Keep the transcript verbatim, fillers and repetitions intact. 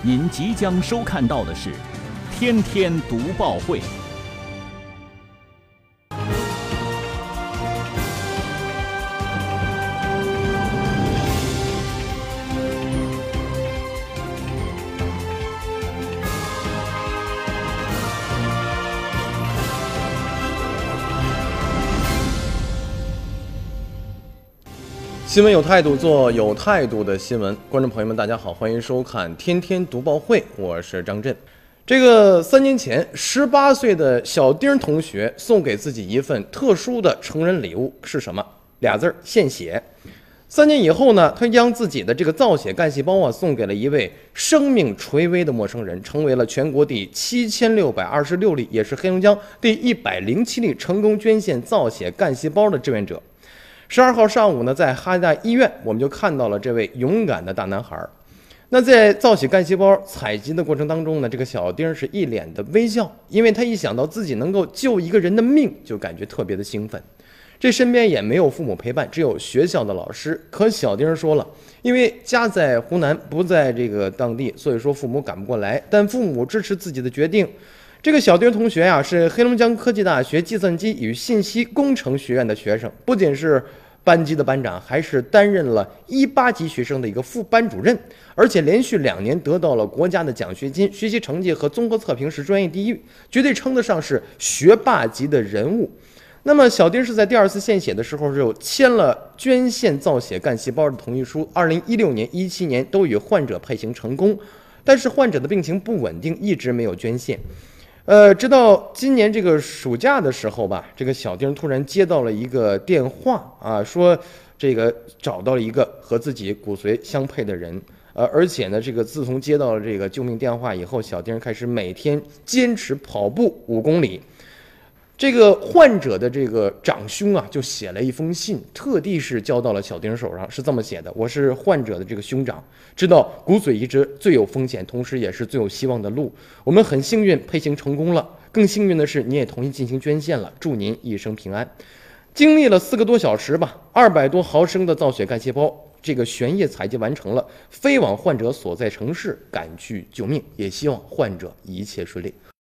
您即将收看到的是《天天读报会》。 新闻有态度，做有态度的新闻。观众朋友们，大家好，欢迎收看《天天读报会》，我是张震。这个三年前，十八岁的小丁同学送给自己一份特殊的成人礼物是什么？俩字儿：献血。三年以后呢，他将自己的这个造血干细胞啊送给了一位生命垂危的陌生人，成为了全国第七千六百二十六例，也是黑龙江第一百零七例成功捐献造血干细胞的志愿者。十二号上午呢，在哈大医院，我们就看到了这位勇敢的大男孩。那在造血干细胞采集的过程当中呢，这个小丁是一脸的微笑，因为他一想到自己能够救一个人的命，就感觉特别的兴奋。这身边也没有父母陪伴，只有学校的老师。可小丁说了，因为家在湖南，不在这个当地，所以说父母赶不过来，但父母支持自己的决定。这个小丁同学呀、啊，是黑龙江科技大学计算机与信息工程学院的学生，不仅是班级的班长，还是担任了一八级学生的一个副班主任，而且连续两年得到了国家的奖学金，学习成绩和综合测评是专业第一，绝对称得上是学霸级的人物。那么小丁是在第二次献血的时候就签了捐献造血干细胞的同意书，二零一六年、一七年都与患者配型成功，但是患者的病情不稳定，一直没有捐献。呃，直到今年这个暑假的时候吧，这个小丁突然接到了一个电话啊，说这个找到了一个和自己骨髓相配的人，呃，而且呢，这个自从接到了这个救命电话以后，小丁开始每天坚持跑步五公里。这个患者的这个长兄啊，就写了一封信，特地是交到了小丁手上，是这么写的：我是患者的这个兄长，知道骨髓移植最有风险，同时也是最有希望的路。我们很幸运配型成功了，更幸运的是你也同意进行捐献了，祝您一生平安。经历了四个多小时吧，二百多毫升的造血干细胞，这个悬液采集完成了，飞往患者所在城市赶去救命，也希望患者一切顺利。